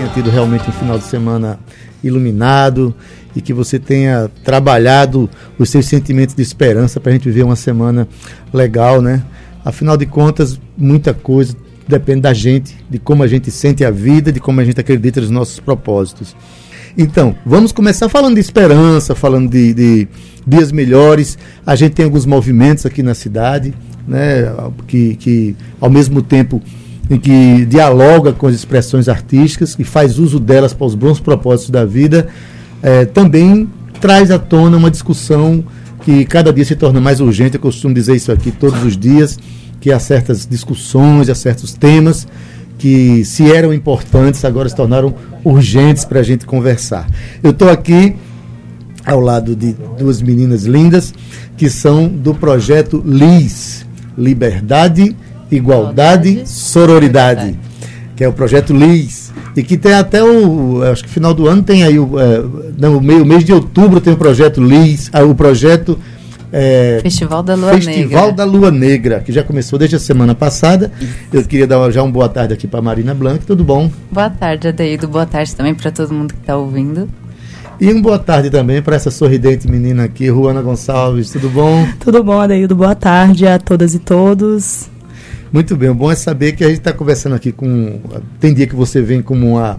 tenha tido realmente um final de semana iluminado e que você tenha trabalhado os seus sentimentos de esperança para a gente viver uma semana legal, né? Afinal de contas, muita coisa depende da gente, de como a gente sente a vida, de como a gente acredita nos nossos propósitos. Então, vamos começar falando de esperança, falando de dias melhores. A gente tem alguns movimentos aqui na cidade, né, que ao mesmo tempo em que dialoga com as expressões artísticas, que faz uso delas para os bons propósitos da vida, também traz à tona uma discussão que cada dia se torna mais urgente. Eu costumo dizer isso aqui todos os dias, que há certas discussões, há certos temas que, se eram importantes, agora se tornaram urgentes para a gente conversar. Eu estou aqui ao lado de duas meninas lindas que são do projeto LIS, Liberdade, Igualdade, Sororidade, que é o projeto LIS, e que tem até acho que final do ano tem aí, no mês de outubro tem o projeto LIS, o projeto Festival da Lua Negra, que já começou desde a semana passada. Eu queria dar já uma boa tarde aqui para Marina Blanc, tudo bom? Boa tarde, Adeildo, boa tarde também para todo mundo que está ouvindo. E uma boa tarde também para essa sorridente menina aqui, Ruana Gonçalves, tudo bom? Tudo bom, Adeildo, boa tarde a todas e todos. Muito bem, o bom é saber que a gente está conversando aqui com... Tem dia que você vem como uma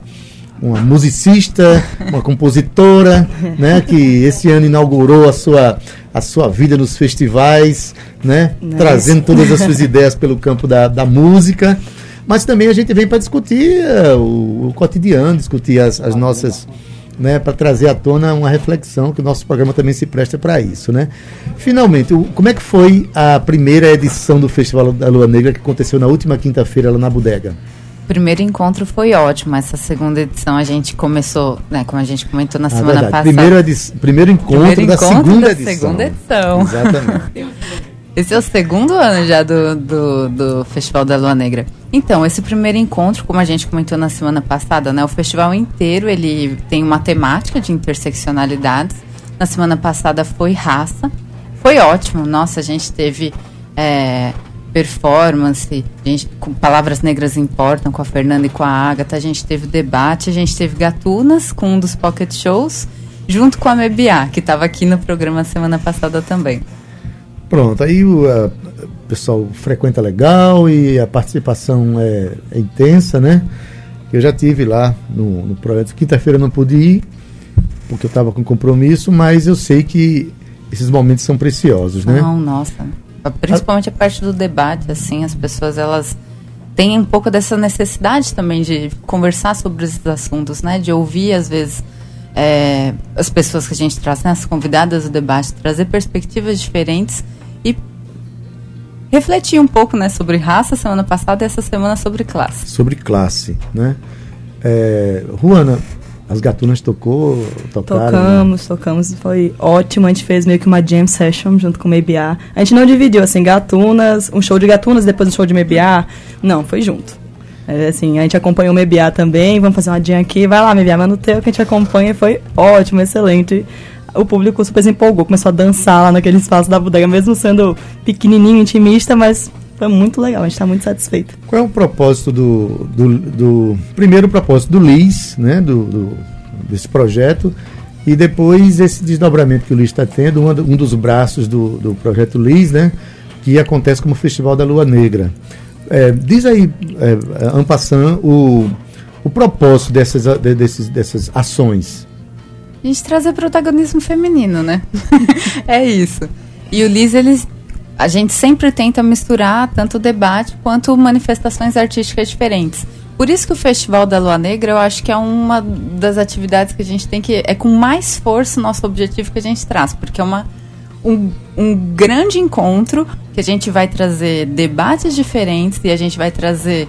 musicista, uma compositora, né, que esse ano inaugurou a sua vida nos festivais, né, trazendo todas as suas ideias pelo campo da música, mas também a gente vem para discutir o cotidiano, discutir as nossas, né, para trazer à tona uma reflexão, que o nosso programa também se presta para isso, né. Finalmente, como é que foi a primeira edição do Festival da Lua Negra, que aconteceu na última quinta-feira lá na Bodega? O primeiro encontro foi ótimo. Essa segunda edição a gente começou, né, como a gente comentou na semana passada. Primeiro encontro da segunda edição. Segunda edição. Exatamente. Esse é o segundo ano já do Festival da Lua Negra. Então, esse primeiro encontro, como a gente comentou na semana passada, né, o festival inteiro ele tem uma temática de interseccionalidades. Na semana passada foi raça. Foi ótimo. Nossa, a gente teve... performance, com Palavras Negras Importam, com a Fernanda e com a Ágata, a gente teve debate, a gente teve gatunas com um dos pocket shows, junto com a Mebiá, que estava aqui no programa semana passada também. Pronto, aí o pessoal frequenta legal e a participação é intensa, né? Eu já tive lá no projeto, quinta-feira eu não pude ir, porque eu estava com compromisso, mas eu sei que esses momentos são preciosos, né? Não, nossa... Principalmente a parte do debate, assim, as pessoas, elas têm um pouco dessa necessidade também de conversar sobre esses assuntos, né? De ouvir, às vezes, as pessoas que a gente traz, né? As convidadas do debate, trazer perspectivas diferentes e refletir um pouco, né? Sobre raça semana passada e essa semana sobre classe. Sobre classe, né? Ruana, as gatunas tocaram? Tocamos, foi ótimo. A gente fez meio que uma jam session junto com o Mebiá. A gente não dividiu, assim, gatunas, um show de gatunas, depois um show de Mebiá. Não, foi junto. Assim, a gente acompanhou o Mebiá também, vamos fazer uma jam aqui, vai lá, Mebiá, mas no teu que a gente acompanha foi ótimo, excelente. O público super se empolgou, começou a dançar lá naquele espaço da bodega, mesmo sendo pequenininho, intimista, mas... Foi muito legal, a gente está muito satisfeito. Qual é o propósito primeiro o propósito do LIS, né, desse projeto, e depois esse desdobramento que o LIS está tendo, um dos braços do projeto LIS, né, que acontece como Festival da Lua Negra. Diz aí, en passant, o propósito dessas ações. A gente trazer protagonismo feminino, né? É isso. E o LIS, a gente sempre tenta misturar tanto debate quanto manifestações artísticas diferentes. Por isso que o Festival da Lua Negra, eu acho que é uma das atividades que a gente tem que... É com mais força o nosso objetivo que a gente traz, porque é um grande encontro que a gente vai trazer debates diferentes e a gente vai trazer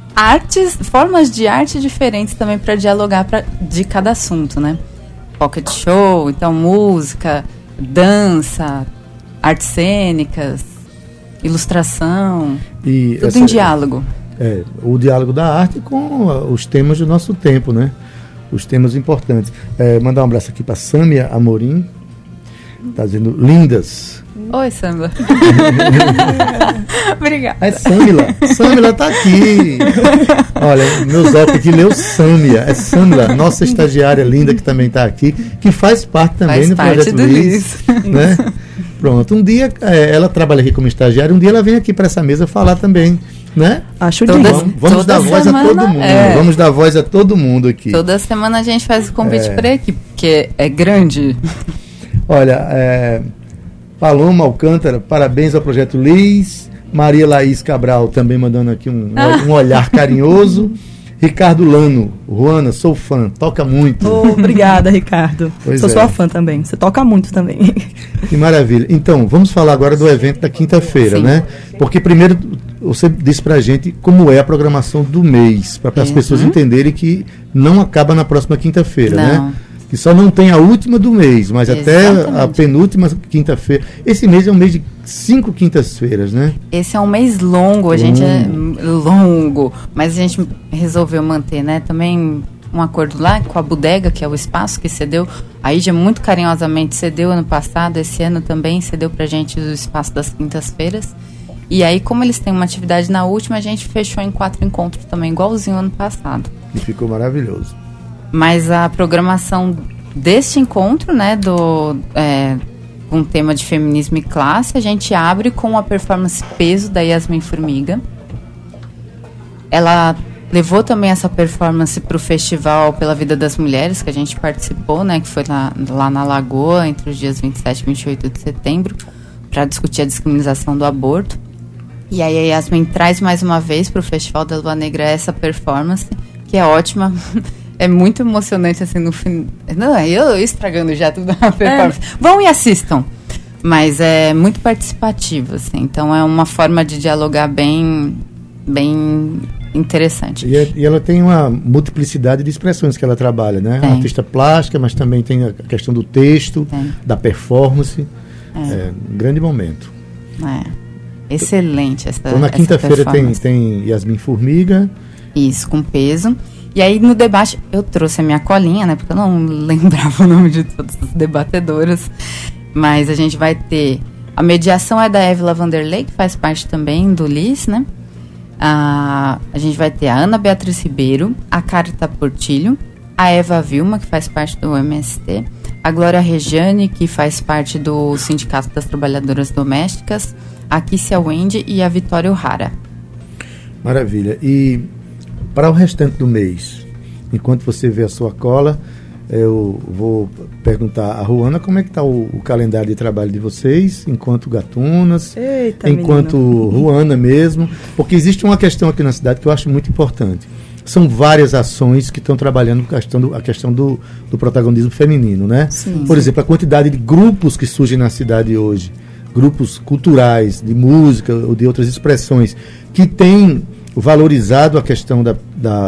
formas de arte diferentes também para dialogar de cada assunto, né? Pocket show, então música, dança... artes cênicas, ilustração, tudo em diálogo. O diálogo da arte com os temas do nosso tempo, né? Os temas importantes. Mandar um abraço aqui para Sâmia Amorim, está dizendo lindas. Oi, Samila. Obrigada. É Samila. Samila tá aqui. Olha, meus óculos aqui leu Sâmia. É Samila, nossa estagiária linda que também tá aqui, que faz parte também do Projeto Liz. Né? Pronto, um dia ela trabalha aqui como estagiária, um dia ela vem aqui para essa mesa falar também, né? Acho vamos dar voz a todo mundo. Vamos dar voz a todo mundo aqui. Toda semana a gente faz o convite para a equipe, porque é grande. Olha, Paloma Alcântara, parabéns ao Projeto Liz. Maria Laís Cabral também mandando aqui um olhar carinhoso. Ricardo Lano, Juana, sou fã, toca muito. Obrigada, Ricardo. Sou sua fã também, você toca muito também. Que maravilha. Então, vamos falar agora do evento da quinta-feira, né? Porque primeiro você disse pra gente como é a programação do mês, para as pessoas entenderem que não acaba na próxima quinta-feira, né? Que só não tem a última do mês, mas exatamente, até a penúltima quinta-feira. Esse mês é um mês de 5 quintas-feiras, né? Esse é um mês longo, gente é longo, mas a gente resolveu manter, né? Também um acordo lá com a Bodega, que é o espaço que cedeu. A Ídia muito carinhosamente cedeu ano passado, esse ano também cedeu pra gente o espaço das quintas-feiras. E aí, como eles têm uma atividade na última, a gente fechou em 4 encontros também, igualzinho ano passado. E ficou maravilhoso. Mas a programação deste encontro, né, com um tema de feminismo e classe, a gente abre com a performance Peso, da Yasmin Formiga. Ela levou também essa performance para o Festival Pela Vida das Mulheres, que a gente participou, né, que foi lá na Lagoa, entre os dias 27 e 28 de setembro, para discutir a descriminalização do aborto. E aí a Yasmin traz mais uma vez para o Festival da Lua Negra essa performance, que é ótima. É muito emocionante, assim, no fim. Não, eu estragando já tudo na performance. Vão e assistam. Mas é muito participativo, assim. Então é uma forma de dialogar bem interessante. E ela tem uma multiplicidade de expressões que ela trabalha, né? Tem. Artista plástica, mas também tem a questão do texto, da performance. É um grande momento. Excelente essa Então na quinta-feira tem Yasmin Formiga. Isso, com peso. E aí, no debate, eu trouxe a minha colinha, né? Porque eu não lembrava o nome de todas as debatedoras. Mas a gente vai ter... A mediação é da Évila Vanderlei, que faz parte também do LIS, né? A gente vai ter a Ana Beatriz Ribeiro, a Carita Portilho, a Eva Vilma, que faz parte do MST, a Glória Regiane, que faz parte do Sindicato das Trabalhadoras Domésticas, a Kissia Wendy e a Vitória O'Hara. Maravilha. E... para o restante do mês, enquanto você vê a sua cola, eu vou perguntar a Juana como é que está o calendário de trabalho de vocês, enquanto Gatunas, enquanto Juana mesmo, porque existe uma questão aqui na cidade que eu acho muito importante. São várias ações que estão trabalhando a questão do protagonismo feminino, né? Sim. Por exemplo, a quantidade de grupos que surgem na cidade hoje, grupos culturais, de música ou de outras expressões, que têm valorizado a questão da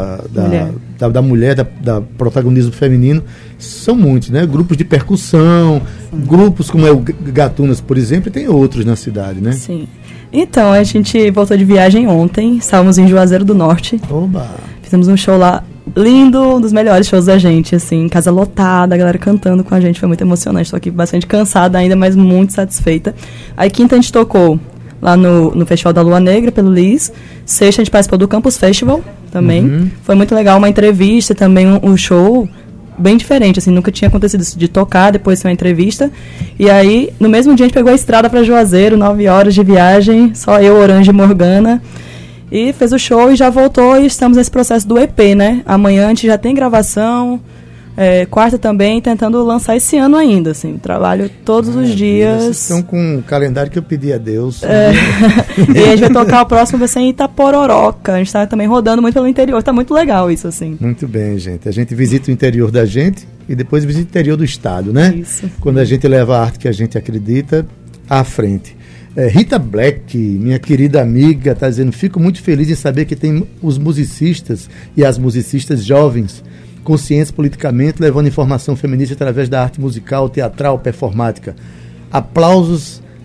mulher, da protagonismo feminino, são muitos, né? Grupos de percussão, grupos como é o Gatunas, por exemplo, e tem outros na cidade, né? Sim. Então, a gente voltou de viagem ontem, estávamos em Juazeiro do Norte. Oba! Fizemos um show lá lindo, um dos melhores shows da gente, assim, casa lotada, a galera cantando com a gente, foi muito emocionante. Estou aqui bastante cansada ainda, mas muito satisfeita. Aí quinta a gente tocou lá no Festival da Lua Negra, pelo Liz. Sexta a gente participou do Campus Festival também. Foi muito legal, uma entrevista também, um show bem diferente, assim, nunca tinha acontecido isso, de tocar, depois foi uma entrevista. E aí, no mesmo dia a gente pegou a estrada para Juazeiro, 9 horas de viagem, só eu, Orange e Morgana. E fez o show e já voltou e estamos nesse processo do EP, né? Amanhã a gente já tem gravação, quarta também, tentando lançar esse ano ainda, assim, trabalho todos os dias. Vocês estão com um calendário que eu pedi a Deus. E a gente vai tocar o próximo, vai ser em Itapororoca, a gente está também rodando muito pelo interior, tá muito legal isso, assim. Muito bem, gente. A gente visita o interior da gente e depois visita o interior do estado, né? Isso. Quando a gente leva a arte que a gente acredita à frente. Rita Black, minha querida amiga, está dizendo: fico muito feliz em saber que tem os musicistas e as musicistas jovens conscientes politicamente, levando informação feminista através da arte musical, teatral, performática. Aplausos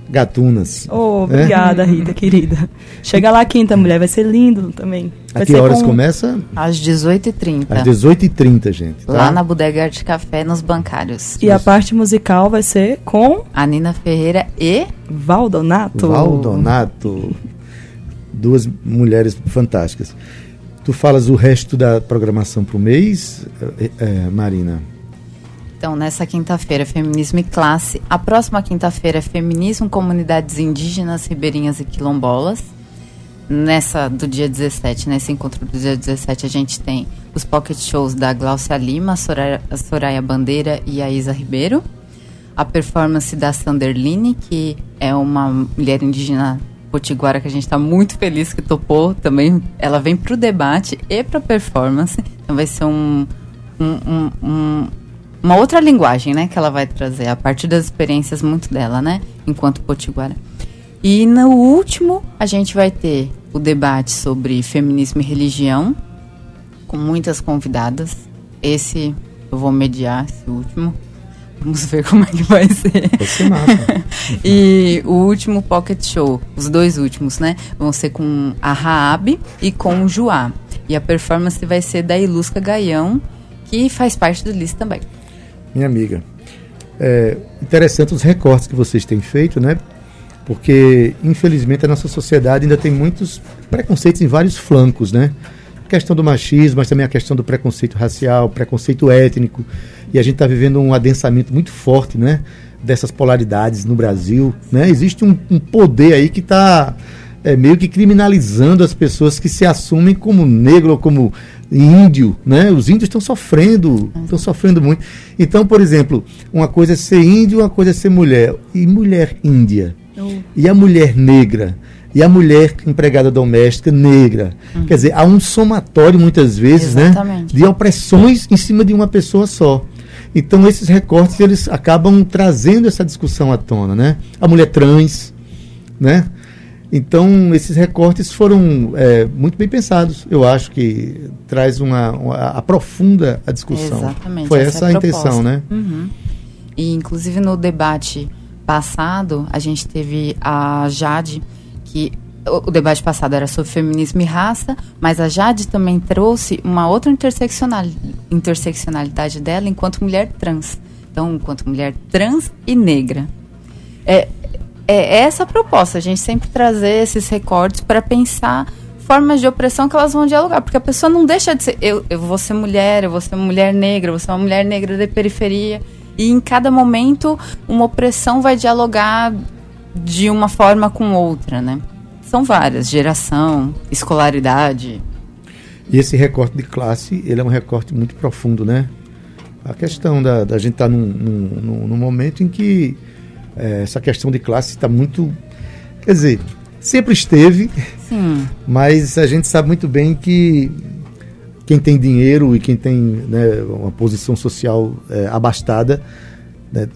Gatunas. Obrigada, Rita, querida. Chega lá quinta, mulher, vai ser lindo também. A que horas começa? Às 18h30. Às 18h30, gente. Tá? Lá na Bodega Arte Café, nos Bancários. E a parte musical vai ser com... a Nina Ferreira e... Valdonato. Valdonato. Duas mulheres fantásticas. Tu falas o resto da programação pro mês, Marina? Então, nessa quinta-feira, Feminismo e Classe. A próxima quinta-feira é Feminismo, Comunidades Indígenas, Ribeirinhas e Quilombolas. Nessa do dia 17, nesse encontro do dia 17, a gente tem os pocket shows da Gláucia Lima, a Soraya Bandeira e a Isa Ribeiro. A performance da Sanderline, que é uma mulher indígena potiguara que a gente está muito feliz que topou também. Ela vem para o debate e para a performance. Então vai ser uma outra linguagem, né, que ela vai trazer, a partir das experiências muito dela, né, enquanto potiguara. E no último, a gente vai ter o debate sobre feminismo e religião, com muitas convidadas. Esse eu vou mediar, esse último. Vamos ver como é que vai ser. Vai ser massa. E o último pocket show, os dois últimos, né, vão ser com a Raab e com o Juá. E a performance vai ser da Ilusca Gaião, que faz parte do LIS também. Minha amiga, interessante os recortes que vocês têm feito, né? Porque, infelizmente, a nossa sociedade ainda tem muitos preconceitos em vários flancos, né? A questão do machismo, mas também a questão do preconceito racial, preconceito étnico. E a gente está vivendo um adensamento muito forte, né? Dessas polaridades no Brasil, né? Existe um poder aí que está meio que criminalizando as pessoas que se assumem como negro ou como índio, né? Os índios estão sofrendo muito. Então, por exemplo, uma coisa é ser índio, uma coisa é ser mulher. E mulher índia? E a mulher negra? E a mulher empregada doméstica negra? Quer dizer, há um somatório, muitas vezes, né, de opressões em cima de uma pessoa só. Então, esses recortes, eles acabam trazendo essa discussão à tona, né? A mulher trans, né? Então, esses recortes foram muito bem pensados. Eu acho que traz aprofunda a discussão. Exatamente. Foi essa a intenção, né? Uhum. E, inclusive, no debate passado, a gente teve a Jade, que o debate passado era sobre feminismo e raça, mas a Jade também trouxe uma outra interseccionalidade dela enquanto mulher trans. Então, enquanto mulher trans e negra. É essa a proposta, a gente sempre trazer esses recortes para pensar formas de opressão que elas vão dialogar, porque a pessoa não deixa de ser, eu vou ser mulher, eu vou ser uma mulher negra, eu vou ser uma mulher negra de periferia, e em cada momento uma opressão vai dialogar de uma forma com outra, né? São várias, geração, escolaridade. E esse recorte de classe, ele é um recorte muito profundo, né? A questão da gente estar num momento em que essa questão de classe está muito... Quer dizer, sempre esteve, sim, mas a gente sabe muito bem que quem tem dinheiro e quem tem, né, uma posição social abastada, né,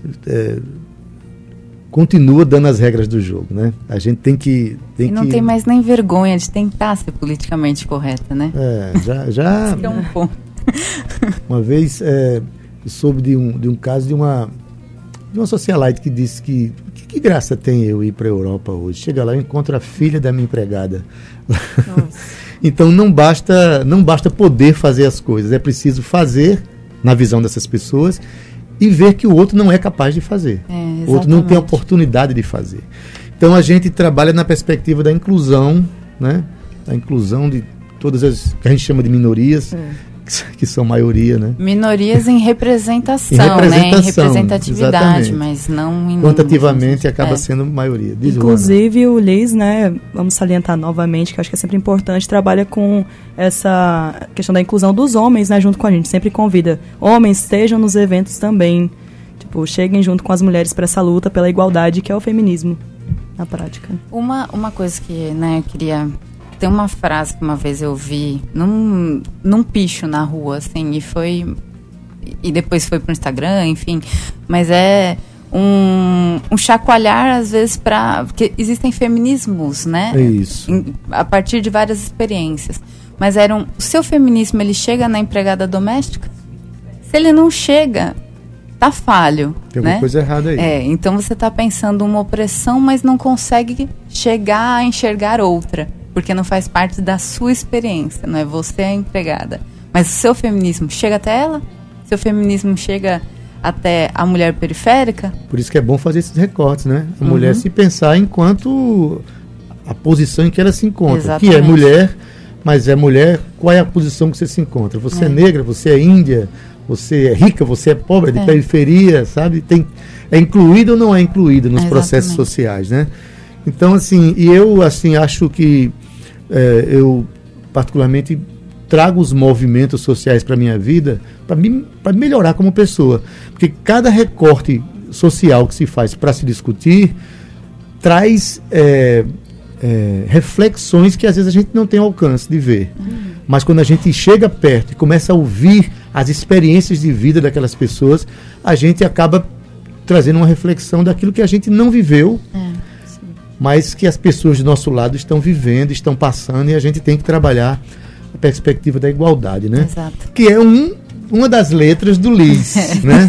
continua dando as regras do jogo, né? A gente tem que... tem mais nem vergonha de tentar ser politicamente correta, né? Já Isso é um ponto. Uma vez eu soube de um caso de uma socialite que disse que graça tem eu ir para a Europa hoje? Chega lá e encontro a filha da minha empregada. Então não basta poder fazer as coisas, é preciso fazer na visão dessas pessoas e ver que o outro não é capaz de fazer. O outro não tem a oportunidade de fazer. Então a gente trabalha na perspectiva da inclusão, né? A inclusão de todas as que a gente chama de minorias, que são maioria, né? Minorias em representação, né? Em representatividade, exatamente. Mas não em... Quantitativamente acaba sendo maioria. Diz inclusive o LIS, né, vamos salientar novamente, que eu acho que é sempre importante, trabalha com essa questão da inclusão dos homens, né, junto com a gente. Sempre convida homens, estejam nos eventos também. Tipo, cheguem junto com as mulheres para essa luta pela igualdade, que é o feminismo na prática. Uma coisa que, né, eu queria... Tem uma frase que uma vez eu vi num picho na rua, assim, e depois foi pro Instagram, enfim, mas é um chacoalhar, às vezes, porque existem feminismos, né? É isso. A partir de várias experiências. Mas o seu feminismo, ele chega na empregada doméstica? Se ele não chega, tá falho. Tem né? alguma coisa errada aí. Então você tá pensando uma opressão, mas não consegue chegar a enxergar outra, porque não faz parte da sua experiência, não é você a empregada. Mas o seu feminismo chega até ela? Seu feminismo chega até a mulher periférica? Por isso que é bom fazer esses recortes, né? A mulher se pensar enquanto a posição em que ela se encontra. Exatamente. Que é mulher, mas é mulher, qual é a posição que você se encontra? Você é negra, você é índia, você é rica, você é pobre, de periferia, sabe? É incluída ou não é incluída nos processos sociais, né? Então, assim, e eu, assim, acho que eu, particularmente, trago os movimentos sociais para a minha vida para melhorar como pessoa. Porque cada recorte social que se faz para se discutir traz reflexões que às vezes a gente não tem alcance de ver. Mas quando a gente chega perto e começa a ouvir as experiências de vida daquelas pessoas, a gente acaba trazendo uma reflexão daquilo que a gente não viveu, mas que as pessoas do nosso lado estão vivendo, estão passando, e a gente tem que trabalhar a perspectiva da igualdade, né? Exato. Que é uma das letras do LIS, né?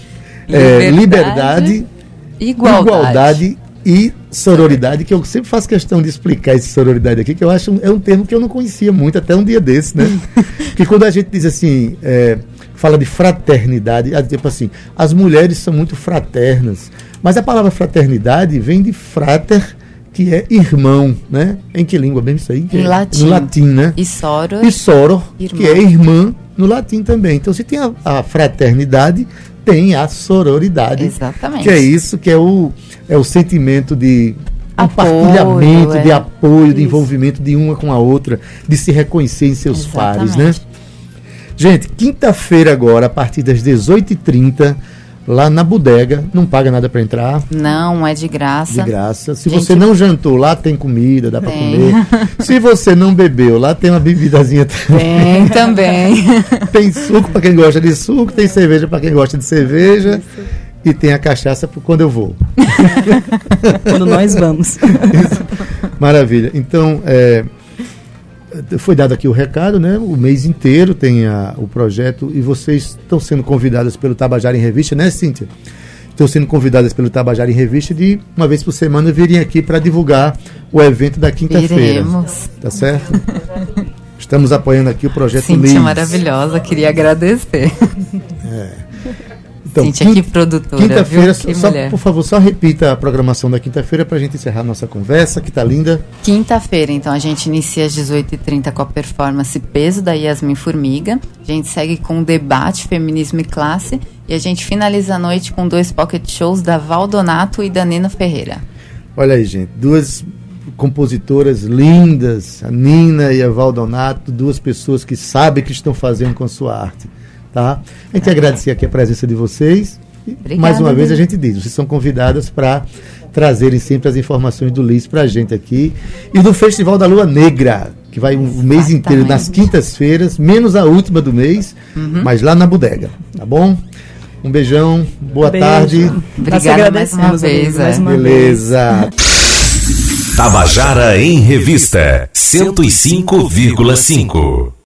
Liberdade, igualdade e sororidade, que eu sempre faço questão de explicar esse sororidade aqui, que eu acho é um termo que eu não conhecia muito até um dia desse, né? Porque quando a gente diz assim, fala de fraternidade, tipo assim, as mulheres são muito fraternas, mas a palavra fraternidade vem de frater, que é irmão, né? Em que língua mesmo isso aí? Em latim. No latim, né? E soror, que é irmã no latim também. Então, se tem a fraternidade, tem a sororidade. Exatamente. Que é isso, que é o sentimento de apoio, compartilhamento, de apoio, de envolvimento de uma com a outra, de se reconhecer em seus pares, né? Gente, quinta-feira agora, a partir das 18h30, lá na bodega, não paga nada para entrar. Não, é de graça. De graça. Se você não jantou, lá tem comida, dá para comer. Se você não bebeu, lá tem uma bebidazinha também. Tem também. Tem suco para quem gosta de suco, tem cerveja para quem gosta de cerveja. Isso. E tem a cachaça para quando eu vou. Quando nós vamos. Isso. Maravilha. Então, foi dado aqui o recado, né? O mês inteiro tem o projeto, e vocês estão sendo convidadas pelo Tabajara em Revista, né, Cíntia? Estão sendo convidadas pelo Tabajara em Revista de, uma vez por semana, virem aqui para divulgar o evento da quinta-feira. Iremos. Tá certo? Estamos apoiando aqui o projeto Cíntia LIS. Maravilhosa, queria agradecer. Então, Cíntia, que produtora, quinta-feira, viu? Por favor, só repita a programação da quinta-feira para a gente encerrar a nossa conversa, que tá linda. Quinta-feira, então, a gente inicia às 18h30 com a performance Peso, da Yasmin Formiga. A gente segue com o debate Feminismo e Classe. E a gente finaliza a noite com 2 pocket shows da Val Donato e da Nina Ferreira. Olha aí, gente, 2 compositoras lindas, a Nina e a Val Donato, 2 pessoas que sabem o que estão fazendo com a sua arte. Tá? A gente agradecer aqui a presença de vocês. Obrigada, mais uma vez a gente diz, vocês são convidadas para trazerem sempre as informações do LIS para a gente aqui. E do Festival da Lua Negra, que vai o mês inteiro, nas quintas-feiras, menos a última do mês, mas lá na bodega, tá bom? Um beijão, boa tarde. Obrigada mais uma vez. Beleza. Tabajara em Revista 105,5.